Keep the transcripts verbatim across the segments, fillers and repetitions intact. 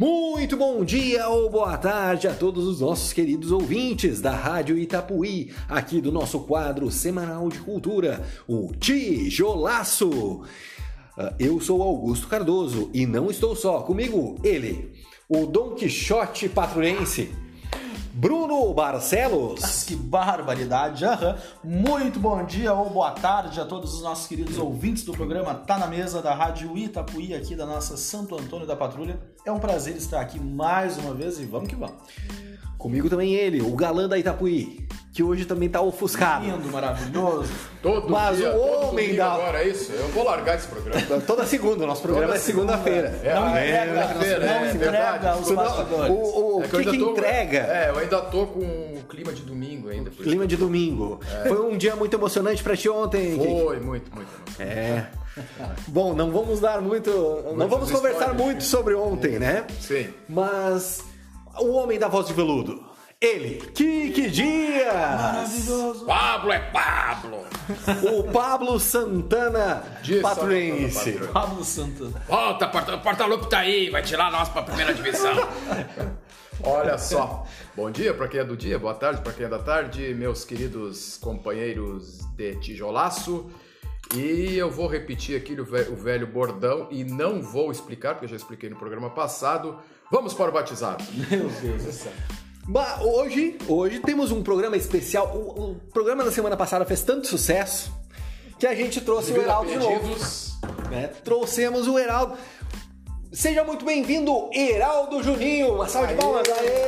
Muito bom dia ou boa tarde a todos os nossos queridos ouvintes da Rádio Itapuí, aqui do nosso quadro semanal de cultura, o Tijolaço. Eu sou Augusto Cardoso e não estou só, comigo ele, o Dom Quixote patrulhense, Bruno Barcelos. Mas que barbaridade! Uhum. Muito bom dia ou boa tarde a todos os nossos queridos ouvintes do programa Tá na Mesa da Rádio Itapuí, aqui da nossa Santo Antônio da Patrulha. É um prazer estar aqui mais uma vez e vamos que vamos. Comigo também ele, o galã da Itapuí, que hoje também tá ofuscado. Lindo, maravilhoso. Todo Mas dia, o todo homem da... agora é isso? Eu vou largar esse programa. Toda segunda, o nosso programa Toda é segunda-feira. É, Não é, entrega, segunda-feira, não é, entrega verdade. os O, bastidores. o, o É que, eu que ainda tô, entrega? É, eu ainda tô com o clima de domingo ainda. por Clima isso de que eu tô- domingo. Foi um dia muito emocionante pra ti ontem. Foi, muito, muito. muito. É. Bom, não vamos dar muito. Não Muitas vamos conversar histórias. muito sobre ontem, né? Sim. Mas o homem da voz de veludo. Ele, Kiki Dias! Maravilhoso. Pablo é Pablo! O Pablo Santana Dias, Patrulhense. Santana Patrulha. Pablo Santana. Volta, Porta- o Porta-Lupe tá aí, vai tirar nós pra primeira divisão. Olha só. Bom dia pra quem é do dia, boa tarde pra quem é da tarde, meus queridos companheiros de tijolaço. E eu vou repetir aqui o ve- o velho bordão e não vou explicar, porque eu já expliquei no programa passado. Vamos para o batizado. Meu Deus do céu. Mas hoje, hoje temos um programa especial. O, o programa da semana passada fez tanto sucesso que a gente trouxe o Devido a Heraldo de novo. pedidos, Né? Trouxemos o Heraldo. Seja muito bem-vindo, Heraldo Juninho. Uma salva de palmas.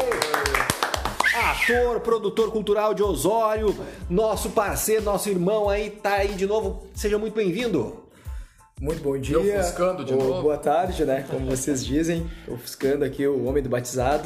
Aê! Ator, produtor cultural de Osório, nosso parceiro, nosso irmão aí, tá aí de novo. Seja muito bem-vindo. Muito bom dia, E ofuscando de ou novo. boa tarde, né? Como vocês dizem, ofuscando aqui o homem do batizado.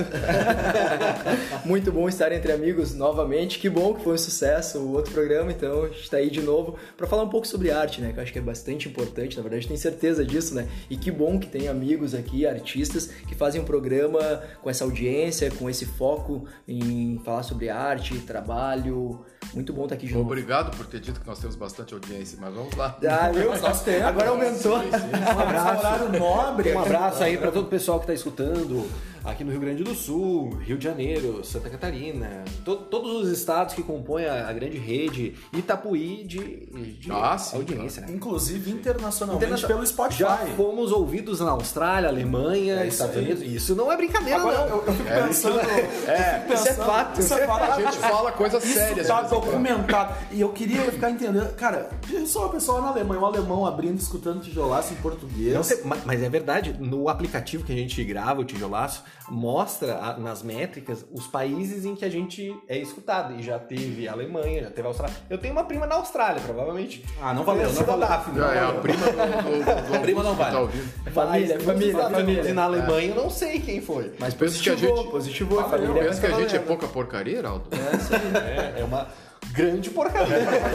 Muito bom estar entre amigos novamente. Que bom que foi um sucesso o outro programa, então a gente está aí de novo para falar um pouco sobre arte, né? Que eu acho que é bastante importante, na verdade, tenho certeza disso, né? E que bom que tem amigos aqui, artistas, que fazem um programa com essa audiência, com esse foco em falar sobre arte, trabalho. Muito bom estar aqui de novo. Obrigado por ter dito que nós temos bastante audiência, mas vamos lá. Ah, viu? Mas nós temos. Agora aumentou. Um abraço. Horário nobre. Um abraço aí para todo o pessoal que está escutando aqui no Rio Grande do Sul, Rio de Janeiro, Santa Catarina, to- todos os estados que compõem a, a grande rede Itapuí de, de Ah, sim, audiência, né? Inclusive internacionalmente Internacional. pelo Spotify. Já fomos ouvidos na Austrália, Alemanha, É isso Estados aí. Unidos. Isso não é brincadeira, Agora não. eu, eu fico pensando. É, eu fico isso é pensando- fato, Isso isso é é fato. a gente fala coisas Isso sérias. tá de vez em quando. documentado. E eu queria ficar entendendo. Cara, eu sou uma pessoa na Alemanha, um alemão abrindo, escutando tijolaço em português. Não sei, ma- mas é verdade, no aplicativo que a gente grava, o Tijolaço, mostra a- nas métricas os países em que a gente é escutado. E já teve a Alemanha, já teve a Austrália. Eu tenho uma prima na Austrália, provavelmente. Ah, não valeu, Conheci não da valeu. Daphne, É, não é a valeu. prima do, do, do A prima não Augusto que vale. tá ouvindo. Família, Mas nos família, Estados Unidos família. E na Alemanha eu não sei quem foi. Mas Pensa que a positivou, gente- positivou, Ah, família. Pensa que a gente é valendo. pouca porcaria, Heraldo? É, é uma grande porcaria.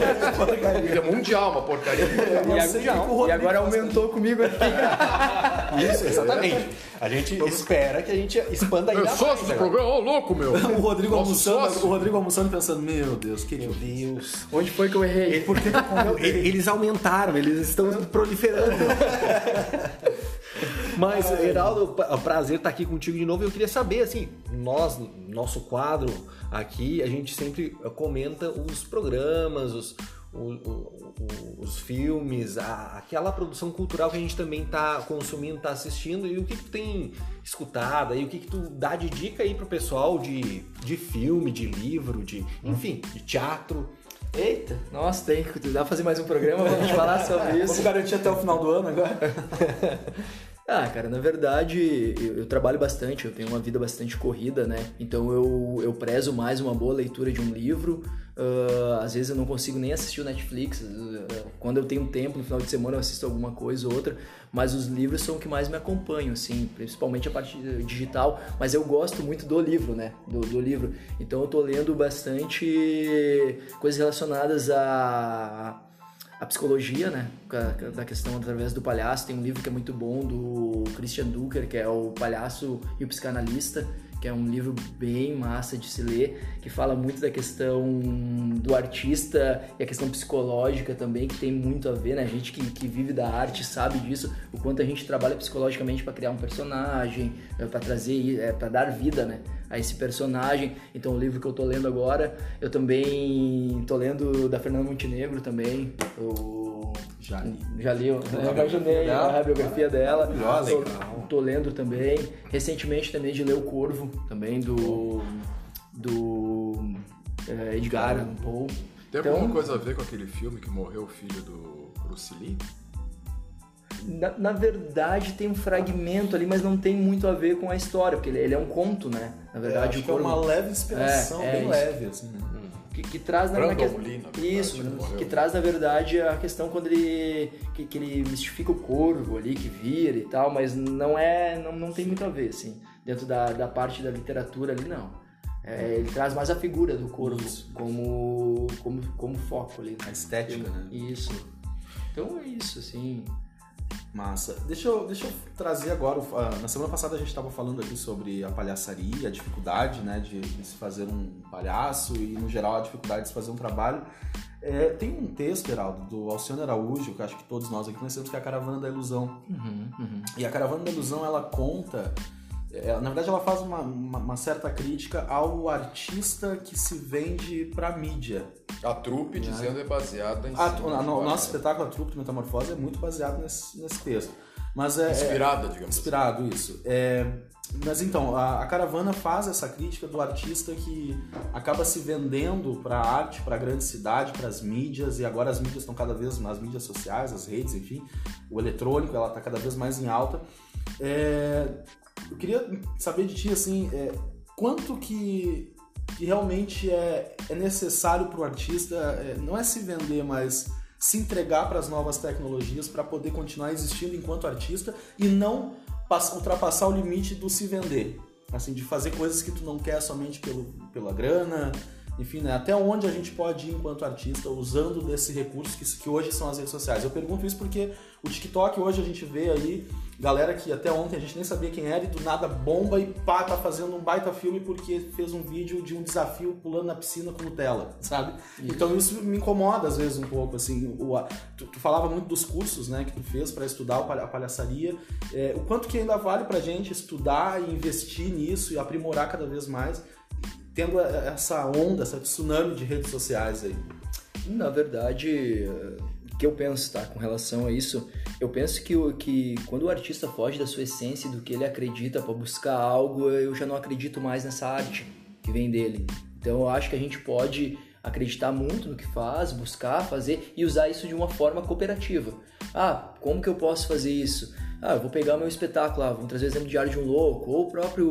É mundial, uma porcaria. E, Eu sei que o agora, Rodrigo e agora faz aumentou comigo aqui. Isso, exatamente. A gente espera que a gente expanda ainda Eu mais. sócio do agora. programa, ô louco, meu. O Rodrigo Nosso almoçando, sócio. o Rodrigo almoçando pensando, meu Deus, que que eu Deus. Onde foi que eu errei? Por que Não, e- eles aumentaram, eles estão proliferando. Mas, Heraldo, pa- prazer estar aqui contigo de novo. Eu queria saber, assim, nós, nosso quadro aqui, a gente sempre comenta os programas, os, o- o- o- os filmes, a- aquela produção cultural que a gente também está consumindo, está assistindo. E o que, que tu tem escutado aí, o que, que tu dá de dica aí pro pessoal de, de filme, de livro, de, enfim, de teatro. Eita, nossa, tem que dá pra fazer mais um programa pra gente falar sobre isso. Vamos garantir até o final do ano agora. Ah, cara, na verdade, eu, eu trabalho bastante, eu tenho uma vida bastante corrida, né? Então eu, eu prezo mais uma boa leitura de um livro. Uh, às vezes eu não consigo nem assistir o Netflix. Uh, quando eu tenho tempo, no final de semana eu assisto alguma coisa ou outra. Mas os livros são o que mais me acompanham, assim, principalmente a parte digital. Mas eu gosto muito do livro, né? Do, do livro. Então eu tô lendo bastante coisas relacionadas a... a psicologia, né, da questão através do palhaço. Tem um livro que é muito bom do Christian Duker, que é o Palhaço e o Psicanalista, que é um livro bem massa de se ler, que fala muito da questão do artista e a questão psicológica também, que tem muito a ver, né? A gente que, que vive da arte sabe disso, o quanto a gente trabalha psicologicamente para criar um personagem, para trazer, é, para dar vida, né, a esse personagem. Então o livro que eu tô lendo agora, eu também tô lendo da Fernanda Montenegro também, o... Já li. Já li, eu imaginei a biografia dela. Maravilhosa. Tô, tô lendo também. Recentemente também de ler O Corvo, também do, do é, Edgar Allan Poe. Tem Então, alguma coisa a ver com aquele filme que morreu o filho do Bruce Lee? Na, na verdade tem um fragmento ali, mas não tem muito a ver com a história, porque ele, ele é um conto, né? Na verdade, É, acho o que é Corvo, uma leve inspiração, É, é bem isso. leve, assim. que, que traz na, na Brandon que- Lee, na verdade, isso, que morreu. que traz na verdade a questão quando ele que, que ele mistifica o corvo ali que vira e tal, mas não é não, não tem muito a ver assim dentro da, da parte da literatura ali não. É, ele traz mais a figura do corvo Isso. como como como foco ali. A estética, né? Isso. Então é isso assim. Massa. Deixa eu, deixa eu trazer agora, ah, na semana passada a gente estava falando aqui sobre a palhaçaria, a dificuldade, né, de, de se fazer um palhaço e, no geral, a dificuldade de se fazer um trabalho. É, tem um texto, Heraldo, do Alcione Araújo, que eu acho que todos nós aqui conhecemos, que é a Caravana da Ilusão. Uhum, uhum. E a Caravana da Ilusão, ela conta... é, na verdade, ela faz uma, uma, uma certa crítica ao artista que se vende pra mídia. A trupe dizendo é baseada em A, cima o, de no- o uma- nosso espetáculo, a Trupe de Metamorfose, é muito baseado nesse, nesse texto. Mas é, é- Inspirada, digamos assim. Inspirado, isso. É, mas então, a, a Caravana faz essa crítica do artista que acaba se vendendo para a arte, para a grande cidade, para as mídias, e agora as mídias estão cada vez nas mídias sociais, as redes, enfim, o eletrônico, ela está cada vez mais em alta. É, eu queria saber de ti, assim, é, quanto que, que realmente é, é necessário para o artista, é, não é se vender, mas se entregar para as novas tecnologias para poder continuar existindo enquanto artista e não pass- ultrapassar o limite do se vender, assim, de fazer coisas que tu não quer somente pelo, pela grana, enfim, né? Até onde a gente pode ir enquanto artista usando desse recurso que, que hoje são as redes sociais. Eu pergunto isso porque o TikTok hoje a gente vê aí galera que até ontem a gente nem sabia quem era e do nada bomba e pá, tá fazendo um baita filme porque fez um vídeo de um desafio pulando na piscina com Nutella, sabe? Isso. Então isso me incomoda às vezes um pouco, assim, o, a, tu, tu falava muito dos cursos, né, que tu fez para estudar o palha- a palhaçaria, é, o quanto que ainda vale pra gente estudar e investir nisso e aprimorar cada vez mais, tendo essa onda, essa tsunami de redes sociais aí. Na verdade, o que eu penso, tá, com relação a isso, eu penso que, o, que quando o artista foge da sua essência e do que ele acredita para buscar algo, eu já não acredito mais nessa arte que vem dele. Então eu acho que a gente pode acreditar muito no que faz, buscar, fazer e usar isso de uma forma cooperativa. Ah, como que eu posso fazer isso? Ah, eu vou pegar o meu espetáculo, ah, vamos trazer o exemplo de Diário de um Louco, ou o próprio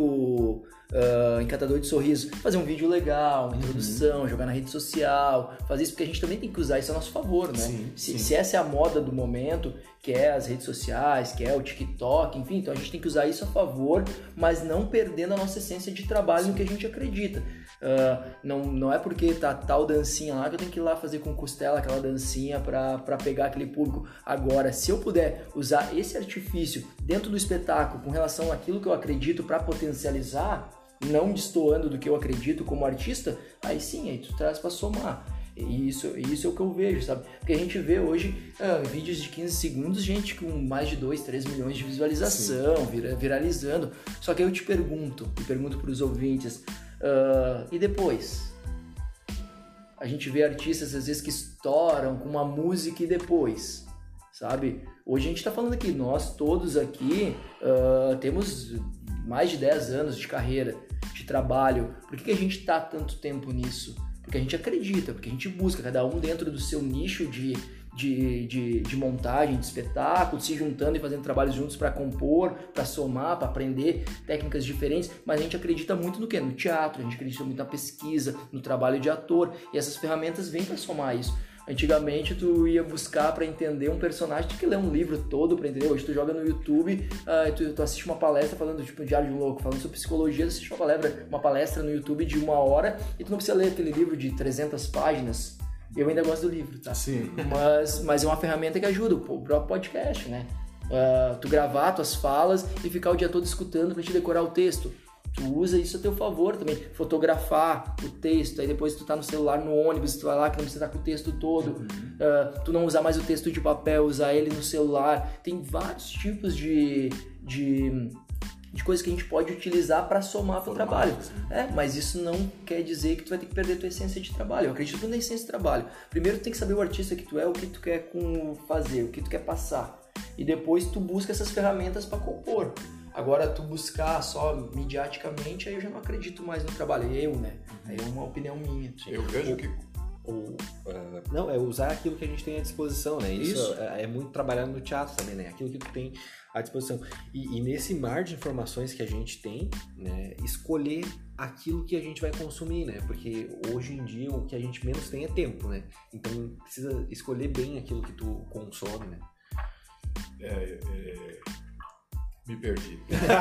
uh, Encantador de Sorriso, fazer um vídeo legal, uma introdução, jogar na rede social, fazer isso porque a gente também tem que usar isso a nosso favor, né? Sim, se, sim. se essa é a moda do momento, que é as redes sociais, que é o TikTok, enfim, então a gente tem que usar isso a favor, mas não perdendo a nossa essência de trabalho no que a gente acredita. Uh, não, não é porque tá tal dancinha lá que eu tenho que ir lá fazer com costela aquela dancinha pra, pra pegar aquele público. Agora, se eu puder usar esse artifício dentro do espetáculo com relação àquilo que eu acredito pra potencializar, não destoando do que eu acredito como artista, aí sim, aí tu traz pra somar. E isso, isso é o que eu vejo, sabe? Porque a gente vê hoje ah, vídeos de quinze segundos, gente com mais de dois, três milhões de visualização, vira, viralizando. Só que aí eu te pergunto, e pergunto pros ouvintes, Uh, e depois? A gente vê artistas às vezes que estouram com uma música e depois, sabe? Hoje a gente tá falando aqui, nós todos aqui uh, temos mais de dez anos de carreira, de trabalho. Por que, que a gente tá tanto tempo nisso? Porque a gente acredita, porque a gente busca, cada um dentro do seu nicho de, de, de, de montagem, de espetáculo, se juntando e fazendo trabalhos juntos para compor, para somar, para aprender técnicas diferentes, mas a gente acredita muito no quê? No teatro, a gente acredita muito na pesquisa, no trabalho de ator, e essas ferramentas vêm para somar isso. Antigamente tu ia buscar para entender um personagem, tu tinha que ler um livro todo para entender. Hoje tu joga no YouTube, uh, tu, tu assiste uma palestra falando, tipo, um Diário de um Louco, falando sobre psicologia, tu assiste uma palestra, uma palestra no YouTube de uma hora e tu não precisa ler aquele livro de trezentas páginas. Eu ainda gosto do livro, tá? Sim. Mas, mas é uma ferramenta que ajuda, o próprio podcast, né? Uh, tu gravar tuas falas e ficar o dia todo escutando pra te decorar o texto. tu usa isso a teu favor também. Fotografar o texto, aí depois tu tá no celular, no ônibus, tu vai lá que não precisa estar com o texto todo. Uhum. Uh, tu não usar mais o texto de papel, usar ele no celular. Tem vários tipos de... de de coisas que a gente pode utilizar para somar pro trabalho. É, mas isso não quer dizer que tu vai ter que perder a tua essência de trabalho. Eu acredito na essência de trabalho. Primeiro tu tem que saber o artista que tu é, o que tu quer com fazer, o que tu quer passar. E depois tu busca essas ferramentas para compor. Agora tu buscar só mediaticamente, aí eu já não acredito mais no trabalho. Eu, né? Aí é uma opinião minha. Eu vejo que... Ou, uh, não, é usar aquilo que a gente tem à disposição, né? Isso, Isso. É, é muito trabalhar no teatro também, né? Aquilo que tu tem à disposição. E, e nesse mar de informações que a gente tem, né? Escolher aquilo que a gente vai consumir, né? Porque hoje em dia o que a gente menos tem é tempo, né? Então precisa escolher bem aquilo que tu consome, né? É, é... Me perdi.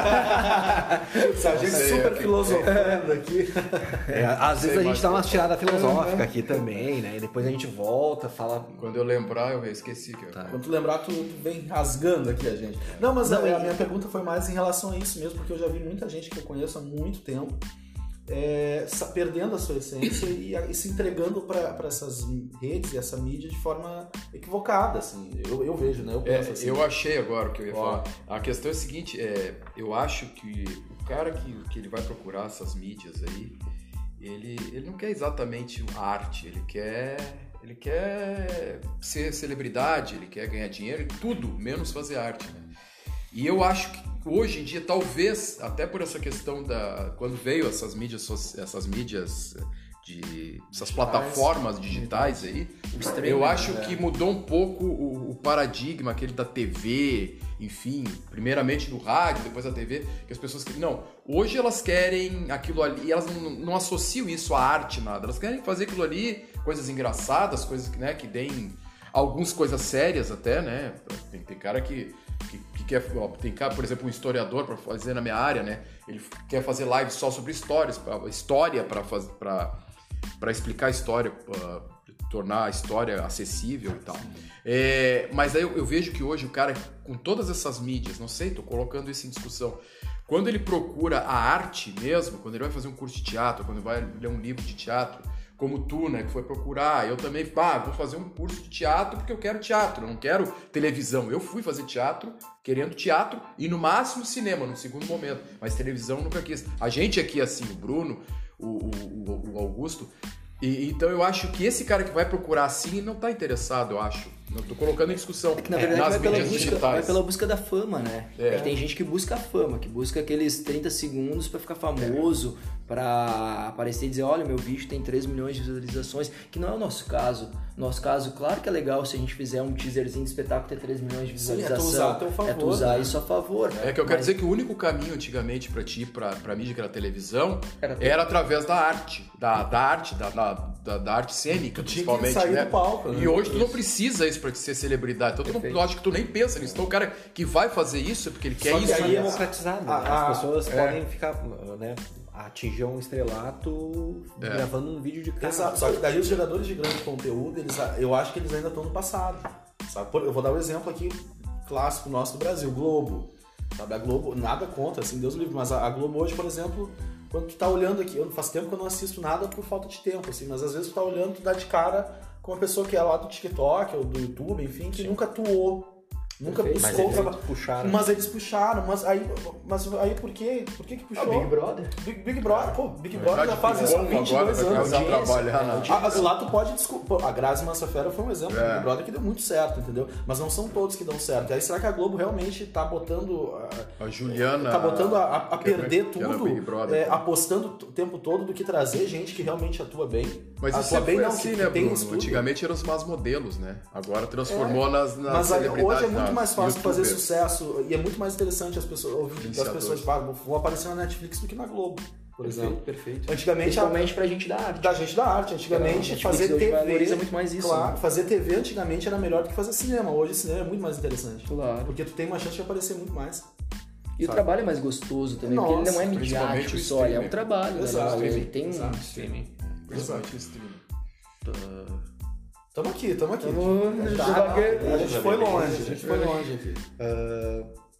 A gente super filosofando aqui. É, às vezes a gente dá uma tirada filosófica aqui também, né? E depois a gente volta, fala... Quando eu lembrar, eu esqueci. Que eu... Tá. Quando tu lembrar, tu vem rasgando aqui a gente. Não, mas Não, a, a minha pergunta foi mais em relação a isso mesmo, porque eu já vi muita gente que eu conheço há muito tempo é, perdendo a sua essência e, e se entregando para essas redes e essa mídia de forma equivocada, assim, eu, eu vejo, né? Eu, penso é, assim. eu achei agora o que eu ia Ó. falar. A questão é a seguinte, é, eu acho que o cara que, que ele vai procurar essas mídias aí, ele, ele não quer exatamente a arte, ele quer, ele quer ser celebridade, ele quer ganhar dinheiro, tudo, menos fazer arte, né? E eu acho que hoje em dia, talvez, até por essa questão da... Quando veio essas mídias, essas mídias de... essas digitais, plataformas digitais aí, eu acho é. que mudou um pouco o, o paradigma, aquele da T V, enfim, primeiramente do rádio, depois da T V, que as pessoas... Não, hoje elas querem aquilo ali, e elas não, não associam isso à arte, nada. Elas querem fazer aquilo ali, coisas engraçadas, coisas que, né, que deem... Algumas coisas sérias até, né? Tem, tem cara que... Que, que quer, ó, tem cara, por exemplo, um historiador para fazer na minha área, né? Ele quer fazer live só sobre histórias, pra, história para explicar a história, pra tornar a história acessível e tal. É, mas aí eu, eu vejo que hoje o cara, com todas essas mídias, não sei, tô colocando isso em discussão, quando ele procura a arte mesmo, quando ele vai fazer um curso de teatro, quando ele vai ler um livro de teatro, como tu, né, que foi procurar, eu também, pá, vou fazer um curso de teatro porque eu quero teatro, eu não quero televisão. Eu fui fazer teatro, querendo teatro e no máximo cinema, no segundo momento, mas televisão eu nunca quis. A gente aqui, assim, o Bruno, o, o, o Augusto, e, então eu acho que esse cara que vai procurar assim não tá interessado, eu acho. Não tô colocando em discussão é que, na verdade, nas vai pela mídias busca, digitais. vai pela busca da fama, né? É. É que tem gente que busca a fama, que busca aqueles trinta segundos pra ficar famoso, é. pra aparecer e dizer, olha, meu vídeo tem três milhões de visualizações, que não é o nosso caso. Nosso caso, claro que é legal se a gente fizer um teaserzinho de espetáculo ter três milhões de visualização. Sim, é tu usar a teu favor, é tu usar né? isso a favor. É que eu quero Mas... dizer que o único caminho antigamente pra ti, pra, pra mídia, que era a televisão, era, era através da arte, da, da arte, da, da, da, da arte cênica, tu tinha principalmente, que sair né? do palco, né? E hoje tu não precisa isso pra ser celebridade. Então tu não, eu acho que tu nem pensa nisso. Então o cara que vai fazer isso é porque ele quer Só que isso. aí é né? democratizado. Ah, né? ah, As pessoas é. podem ficar, né, atingir um estrelato É. gravando um vídeo de cara. Exato. Só que daí os geradores de grande conteúdo, eles, eu acho que eles ainda estão no passado. Sabe? Eu vou dar um exemplo aqui clássico nosso do Brasil, Globo. Sabe? A Globo, nada contra, assim, Deus o livre, mas a Globo hoje, por exemplo, quando tu tá olhando aqui, eu faz tempo que eu não assisto nada por falta de tempo, assim, mas às vezes tu tá olhando, tu dá de cara com uma pessoa que é lá do TikTok ou do YouTube, enfim, que Sim. nunca atuou. Nunca Perfeito. buscou mas eles pra... puxaram. Mas eles puxaram, mas aí, mas aí por quê? Por que que puxou? Ah, Big Brother. Big, Big Brother, pô, Big Brother já faz Big isso há Brother vinte e dois agora, anos. vai começar a trabalhar na- Ah, lá tu pode desculpa. A Grazi Massafera foi um exemplo É. do Big Brother que deu muito certo, entendeu? Mas não são todos que dão certo. E aí será que a Globo realmente tá botando. A Juliana. Tá botando a, a- a que é- perder que era tudo, Big Brother. é, apostando o tempo todo do que trazer gente que realmente atua bem. Mas isso atua sempre bem, foi não, assim, que, né, que tem Bruno? estudo. Antigamente eram os más modelos, né? Agora transformou É. nas, nas Mas aí, celebridades. hoje é muito nas mais fácil fazer youtubers. sucesso e é muito mais interessante as pessoas ouvir as Influenciadores. pessoas pá, vão aparecer na Netflix do que na Globo, por exemplo. Perfeito. Antigamente Principalmente pra gente da arte. da gente da arte, antigamente A Netflix fazer hoje T V, valoriza muito mais isso, claro, né? fazer T V antigamente era melhor do que fazer cinema. Hoje cinema é muito mais interessante. Claro. Porque tu tem uma chance de aparecer muito mais. E o Sabe? trabalho é mais gostoso também, porque ele Nossa, não é principalmente midiático o só, é streaming. um trabalho, né? Exato. Ele tem Exato. Streaming. Principalmente o streaming. Tamo aqui, tamo aqui. Tamo Tá, devagar. a gente foi longe, a gente foi longe aqui.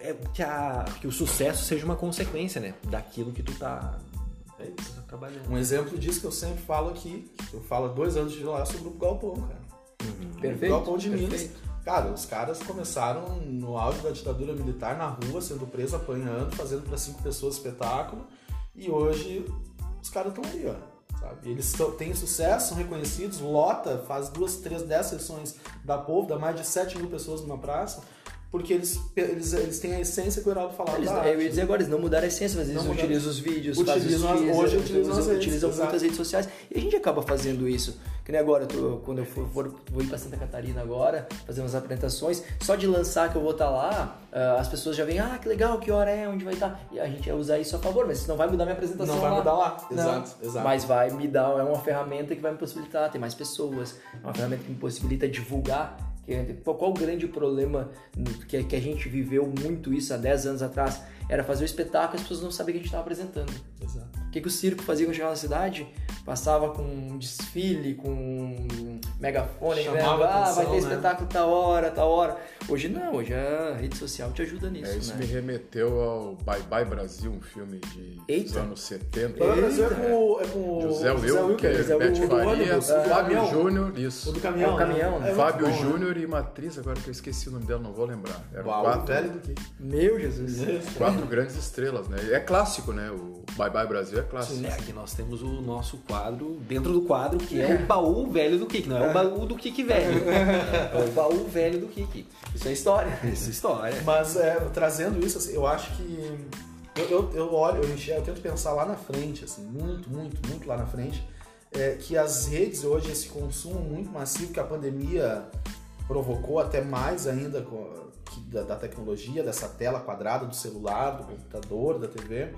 é que, a, que o sucesso seja uma consequência, né? Daquilo que tu tá, É isso. tá trabalhando. Um exemplo disso que eu sempre falo aqui, eu falo há dois anos de lá sobre o Grupo Galpão, cara. Perfeito. O Galpão de Minas. perfeito. Cara, os caras começaram no auge da ditadura militar na rua, sendo preso, apanhando, fazendo para cinco pessoas espetáculo. E hoje os caras estão ali, ó. Sabe? Eles tão, têm sucesso, são reconhecidos, lota, faz duas, três, dez sessões da Povo, dá mais de sete mil pessoas numa praça, porque eles, eles, eles têm a essência que o Heraldo falava. Eles, da eu arte. ia dizer agora, eles não mudaram a essência, mas eles Não mudaram. utilizam os vídeos, Utilizam fazem as- os hoje teasers, utilizam as redes, utilizam exato. muitas redes sociais. E a gente acaba fazendo isso. Que nem agora, eu tô- quando eu for, for- vou ir pra Santa Catarina agora, fazer umas apresentações, só de lançar que eu vou estar lá, ah, as pessoas já vêm, ah, que legal, que hora é, onde vai estar? E a gente vai usar isso a favor, mas isso não vai mudar minha apresentação Não vai lá. mudar lá. Não. Exato, exato. Mas vai me dar, é uma ferramenta que vai me possibilitar ter mais pessoas, é uma ferramenta que me possibilita divulgar. Que, qual o grande problema que, que a gente viveu muito isso há dez anos atrás? Era fazer o espetáculo e as pessoas não sabiam o que a gente estava apresentando. Exato. O que, que o circo fazia quando chegava na cidade? Passava com um desfile, com um megafone, Chamava né? Ah, atenção, vai ter né? espetáculo tal hora, tal hora. Hoje não, hoje a rede social te ajuda nisso, É, isso né? me remeteu ao Bye Bye Brasil, um filme de Eita. dos anos setenta. O Brasil é com, o- é com o José Wilker, Wilker, José Beth Wilker, do Faria, ônibus, o do Fábio caminhão. Júnior, O isso. do caminhão. É o caminhão, né? É muito Fábio bom, né? Júnior e uma atriz, agora que eu esqueci o nome dela, não vou lembrar. Eram Uau, quatro, velho do que? Meu Jesus. quatro grandes estrelas, né? É clássico, né? O Bye Bye Brasil é clássico. É, aqui nós temos o nosso quadro, dentro do quadro, que é o baú velho do Kik. Não é o baú do Kik velho. É o baú velho do Kik. Isso é história. Essa história. Mas é, trazendo isso, assim, eu acho que eu, eu, eu olho, eu, enxergo, eu tento pensar lá na frente, assim, muito, muito, muito lá na frente, é, que as redes hoje, esse consumo muito massivo que a pandemia provocou, até mais ainda com, que da, da tecnologia, dessa tela quadrada do celular, do computador, da T V,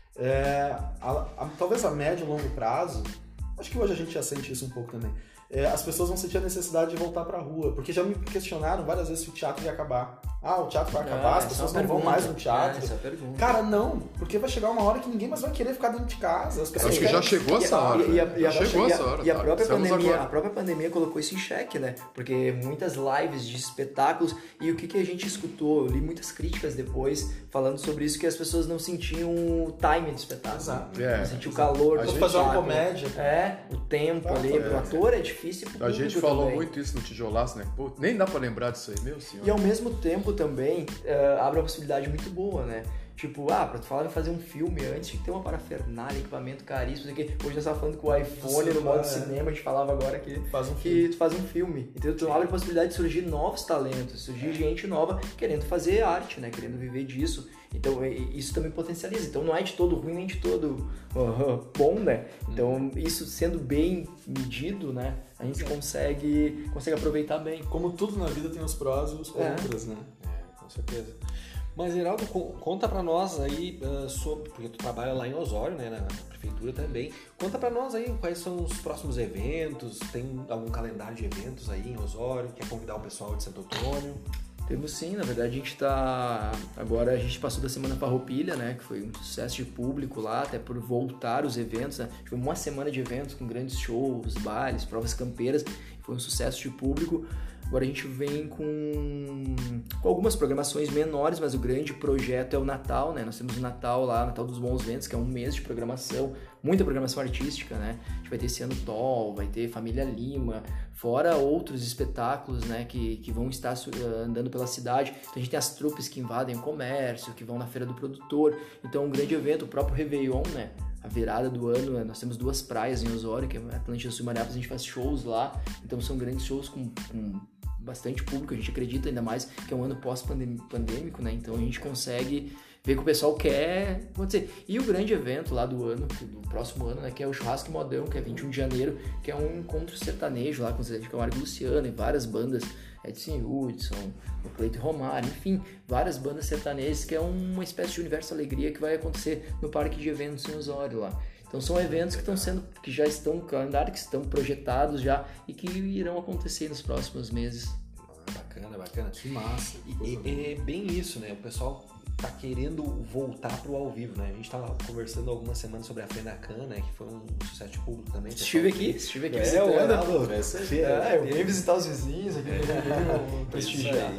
é, a, a, talvez a médio e longo prazo, acho que hoje a gente já sente isso um pouco também, é, as pessoas vão sentir a necessidade de voltar pra rua, porque já me questionaram várias vezes se o teatro ia acabar. Ah, o teatro vai acabar, Ah, as essa pessoas é uma não vão pergunta. mais no teatro. É, essa é a pergunta. Cara, não, porque vai chegar uma hora que ninguém mais vai querer ficar dentro de casa. As pessoas Acho que já querem- chegou essa hora. E, a, né? e a- Já chegou e a- essa hora. e a tá? própria Estamos pandemia, agora. a própria pandemia colocou isso em xeque, né? Porque muitas lives de espetáculos e o que, que a gente escutou, eu li muitas críticas depois falando sobre isso, que as pessoas não sentiam o time do espetáculo. Exato. É. Não sentiam o calor A do gente- fazer uma espetáculo. comédia. É, o tempo ali, é. pro ator é difícil, pro A gente público falou também. muito isso no Tijolaço, né? Pô, nem dá pra lembrar disso aí, meu senhor. E ao mesmo tempo também eh, abre uma possibilidade muito boa, né? Tipo, ah, pra tu falar em fazer um filme antes tinha que ter uma parafernália, equipamento caríssimo, isso aqui. Hoje nós tava falando com o iPhone no modo é. cinema, a gente falava agora que, Faz um que tu faz um filme. Então tu abre a possibilidade de surgir novos talentos, surgir gente nova querendo fazer arte, né? Querendo viver disso. Então e- isso também potencializa. Então não é de todo ruim nem de todo uh, bom, né? Então isso sendo bem medido, né? A gente consegue, consegue aproveitar bem. Como tudo na vida tem os prós e os É. contras, né? É, com certeza. Mas, Geraldo, co- conta pra nós aí ah, sobre, porque tu trabalha lá em Osório, né, na prefeitura também. Conta pra nós aí quais são os próximos eventos, tem algum calendário de eventos aí em Osório, quer convidar o pessoal de Santo Antônio? Temos sim, na verdade a gente tá. Agora a gente passou da Semana Farroupilha, né? Que foi um sucesso de público lá, até por voltar os eventos, né? Foi uma semana de eventos com grandes shows, bailes, provas campeiras, foi um sucesso de público. Agora a gente vem com, com algumas programações menores, mas o grande projeto é o Natal, né? Nós temos o Natal lá, Natal dos Bons Ventos, que é um mês de programação, muita programação artística, né? A gente vai ter esse ano Tol, vai ter Família Lima, fora outros espetáculos, né? Que, que vão estar uh, andando pela cidade. Então a gente tem as trupes que invadem o comércio, que vão na Feira do Produtor. Então um grande evento, o próprio Réveillon, né? A virada do ano, nós temos duas praias em Osório, que é Atlântida Sul e Mariápolis, a gente faz shows lá. Então são grandes shows com... com bastante público, a gente acredita ainda mais que é um ano pós-pandêmico, né? Então a gente consegue ver que o pessoal quer, vou dizer, e o grande evento lá do ano, do próximo ano, né? Que é o Churrasco Modão, que é vinte e um de janeiro, que é um encontro sertanejo lá com o Zé de Camargo e Luciano e várias bandas, Edson Hudson, o Cleito Romário, enfim, várias bandas sertanejas, que é uma espécie de universo alegria que vai acontecer no Parque de Eventos em Osório lá. Então são eventos que estão sendo, que já estão no calendário, que estão projetados já e que irão acontecer nos próximos meses. Ah, bacana, bacana. Que massa. E, e- é bem isso, né? O pessoal tá querendo voltar pro ao vivo, né? A gente tava conversando algumas semanas sobre a Fenacan, né? Que foi um sucesso de público também. Estive aqui, estive aqui É, visitando. olha, pô. É isso aí. É, eu vim visitar os vizinhos aqui, prestigiar. Isso aí, isso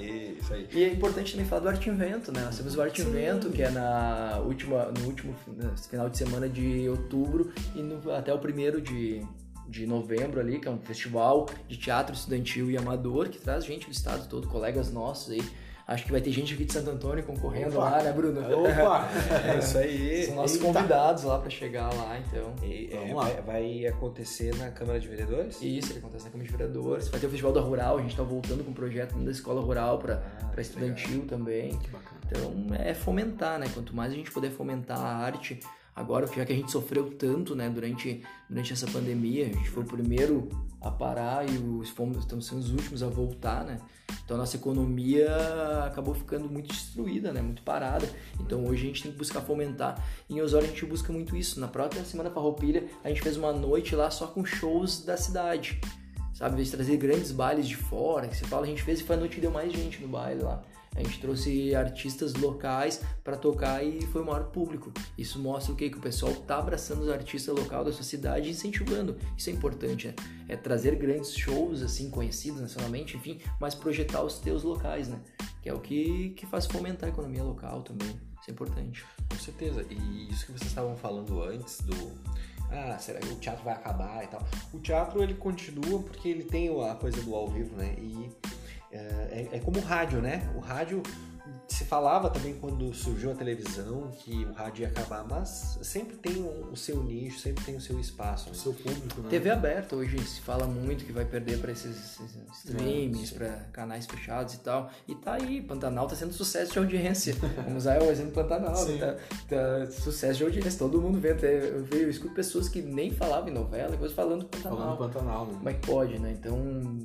Isso aí. E é importante também falar do Arte Invento, né? Nós temos o Arte Invento, que é na última, no último final de semana de outubro e no, até o primeiro de, de novembro ali, que é um festival de teatro estudantil e amador, que traz gente do estado todo, colegas nossos aí. Acho que vai ter gente aqui de Santo Antônio concorrendo Opa. lá, né, Bruno? Opa! É isso aí. São nossos Eita. convidados lá pra chegar lá, então. E, é, Vamos lá. vai, vai acontecer na Câmara de Vereadores? Isso, ele acontece na Câmara de Vereadores. Vai ter o Festival da Rural, a gente tá voltando com um projeto da Escola Rural pra, Ah, pra estudantil também. Que bacana. Então é fomentar, né? Quanto mais a gente puder fomentar a arte, agora já que a gente sofreu tanto, né, durante, durante essa pandemia, a gente foi o primeiro a parar e os, fomos, estamos sendo os últimos a voltar, né? Então a nossa economia acabou ficando muito destruída, né? Muito parada. Então hoje a gente tem que buscar fomentar. E em Osório a gente busca muito isso. Na própria Semana Farroupilha a gente fez uma noite lá só com shows da cidade. Sabe, em vez de trazer grandes bailes de fora, que você fala, a gente fez e foi a noite que deu mais gente no baile lá. A gente trouxe artistas locais para tocar e foi o maior público. Isso mostra o quê? Que o pessoal tá abraçando os artistas locais da sua cidade e incentivando. Isso é importante, né? É trazer grandes shows, assim, conhecidos nacionalmente, enfim, mas projetar os teus locais, né? Que é o que, que faz fomentar a economia local também. Isso é importante. Com certeza. E isso que vocês estavam falando antes do... Ah, será que o teatro vai acabar e tal? O teatro, ele continua porque ele tem a coisa do ao vivo, né? E é, é como o rádio, né? O rádio, se falava também quando surgiu a televisão que o rádio ia acabar, mas sempre tem o seu nicho, sempre tem o seu espaço. O Né? seu público, né? T V aberta hoje se fala muito que vai perder para esses, esses streamings, Sim. para canais fechados e tal. E tá aí, Pantanal tá sendo sucesso de audiência. Vamos usar o exemplo do Pantanal, Sim. tá, tá sucesso de audiência. Todo mundo vê, até, eu, vejo, eu escuto pessoas que nem falavam em novela, depois falando do Pantanal. Falando do Pantanal, né? Como é que pode, né? Então,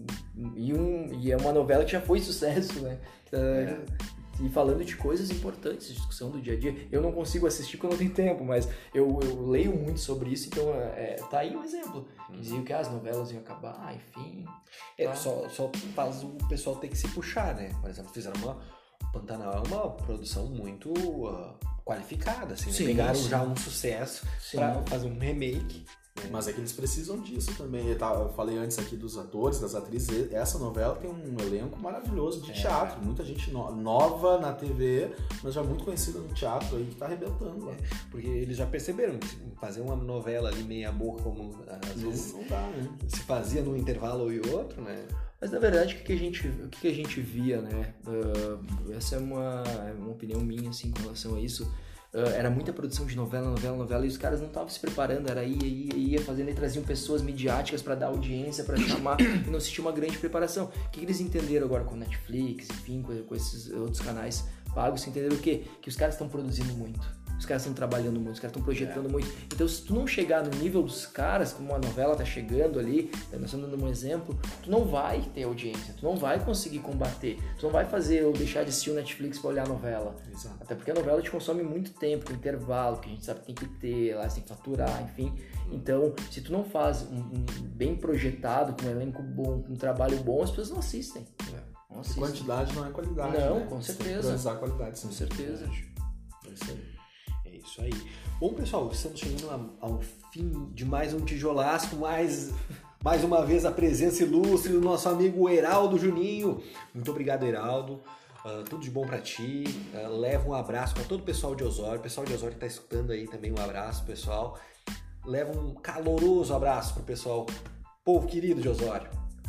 e, um, e é uma novela que já foi sucesso, né? Tá, É. E falando de coisas importantes, de discussão do dia a dia. Eu não consigo assistir porque eu não tenho tempo, mas eu, eu leio muito sobre isso, então é, tá aí um exemplo. Diziam que as novelas iam acabar, enfim. É, tá. só, só faz o pessoal ter que se puxar, né? Por exemplo, fizeram uma... O Pantanal é uma produção muito uh, qualificada, assim. Né? Sim, Pegaram sim. já um sucesso Sim. para fazer um remake. Mas é que eles precisam disso também. Eu, tava, eu falei antes aqui dos atores, das atrizes. Essa novela tem um elenco maravilhoso de É. teatro. Muita gente no- nova na T V, mas já muito conhecida no teatro aí, que tá arrebentando lá. Porque eles já perceberam que fazer uma novela ali meia boca, como às Não, vezes não dá, né? se fazia num intervalo e outro, né? Mas na verdade, o que, que, a, gente, o que, que a gente via, né? Uh, essa é uma, é uma opinião minha, assim, com relação a isso. Uh, era muita produção de novela, novela, novela, e os caras não estavam se preparando, era ia, ia, ia fazendo e traziam pessoas midiáticas para dar audiência, para chamar, e não se tinha uma grande preparação. O que, que eles entenderam agora com Netflix, enfim, com, com esses outros canais pagos? Entenderam o quê? Que os caras estão produzindo muito. Os caras estão trabalhando muito, os caras estão projetando é. muito. Então, se tu não chegar no nível dos caras, como uma novela tá chegando ali, nós estamos dando um exemplo, tu não vai ter audiência, tu não vai conseguir combater, tu não vai fazer ou deixar de assistir o Netflix pra olhar a novela. Exato. Até porque a novela te consome muito tempo, com intervalo, que a gente sabe que tem que ter, lá você tem que faturar, enfim. Então, se tu não faz um, um bem projetado, com um elenco bom, com um trabalho bom, as pessoas não assistem. Não E assistem. quantidade não é qualidade. Não, né? com Você tem que certeza. priorizar a qualidade, sim. Com certeza. É isso aí. É isso aí. Bom, pessoal, estamos chegando a- ao fim de mais um tijolasco, mais, mais uma vez a presença ilustre do nosso amigo Heraldo Juninho. Muito obrigado, Heraldo. Uh, tudo de bom pra ti. Uh, leva um abraço para todo o pessoal de Osório. O pessoal de Osório que tá escutando aí também, um abraço, pessoal. Leva um caloroso abraço pro pessoal, povo querido de Osório.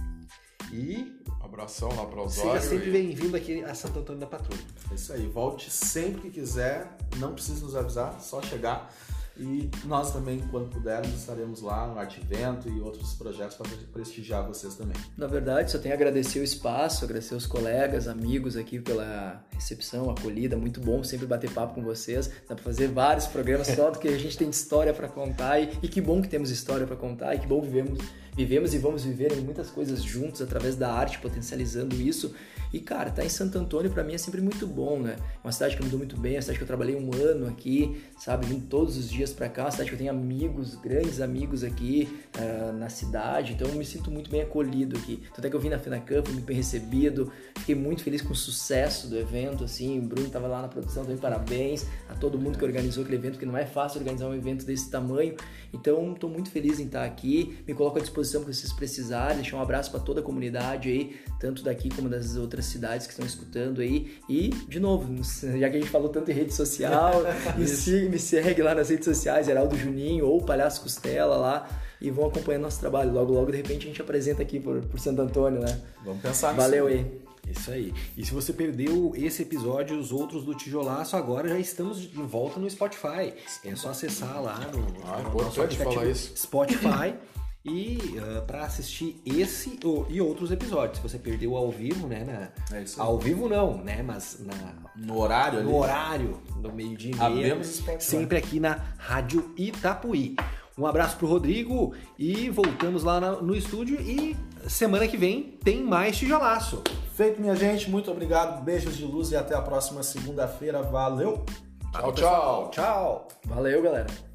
E Abração lá para seja Osório. sempre e- bem-vindo aqui a Santo Antônio da Patrulha. É isso aí. Volte sempre que quiser. Não precisa nos avisar, só chegar. E nós também, quando pudermos, estaremos lá no Arte Invento e outros projetos para prestigiar vocês também. Na verdade, só tenho a agradecer o espaço, agradecer os colegas, amigos aqui pela recepção, acolhida, muito bom sempre bater papo com vocês. Dá para fazer vários programas só do que a gente tem de história para contar e, e que bom que temos história para contar e que bom vivemos, vivemos e vamos viver em muitas coisas juntos através da arte, potencializando isso. E cara, tá em Santo Antônio para mim é sempre muito bom, né? Uma cidade que me deu muito bem, uma cidade que eu trabalhei um ano aqui, sabe, vindo todos os dias dias pra cá, uma cidade que eu tenho amigos, grandes amigos aqui uh, na cidade, então eu me sinto muito bem acolhido aqui. Tanto é que eu vim na FENACAM, fui muito bem recebido, fiquei muito feliz com o sucesso do evento, assim, o Bruno tava lá na produção também, parabéns a todo mundo que organizou aquele evento, porque não é fácil organizar um evento desse tamanho, então estou muito feliz em estar aqui, me coloco à disposição que vocês precisarem, deixar um abraço para toda a comunidade aí, tanto daqui como das outras cidades que estão escutando aí, e, de novo, já que a gente falou tanto em rede social, me, siga, me segue lá nas redes sociais, Geraldo Juninho ou Palhaço Costela lá, e vão acompanhando nosso trabalho. Logo, logo, de repente, a gente apresenta aqui por, por Santo Antônio, né? Vamos pensar nisso. Valeu aí. Isso aí. E se você perdeu esse episódio e os outros do Tijolaço, agora já estamos de volta no Spotify. É só acessar lá no, Ah, no importante nosso aplicativo falar isso. Spotify e uh, para assistir esse oh, e outros episódios. Se você perdeu ao vivo, né? Na, É isso aí. ao vivo não, né? Mas na, No horário ali. no horário do meio-dia e meia. Abemos Spotify. Sempre aqui na Rádio Itapuí. Um abraço pro Rodrigo e voltamos lá na- no estúdio e semana que vem tem mais Tijolaço. Feito, minha gente. Muito obrigado. Beijos de luz e até a próxima segunda-feira. Valeu! Tchau, tchau. Tchau! Valeu, galera.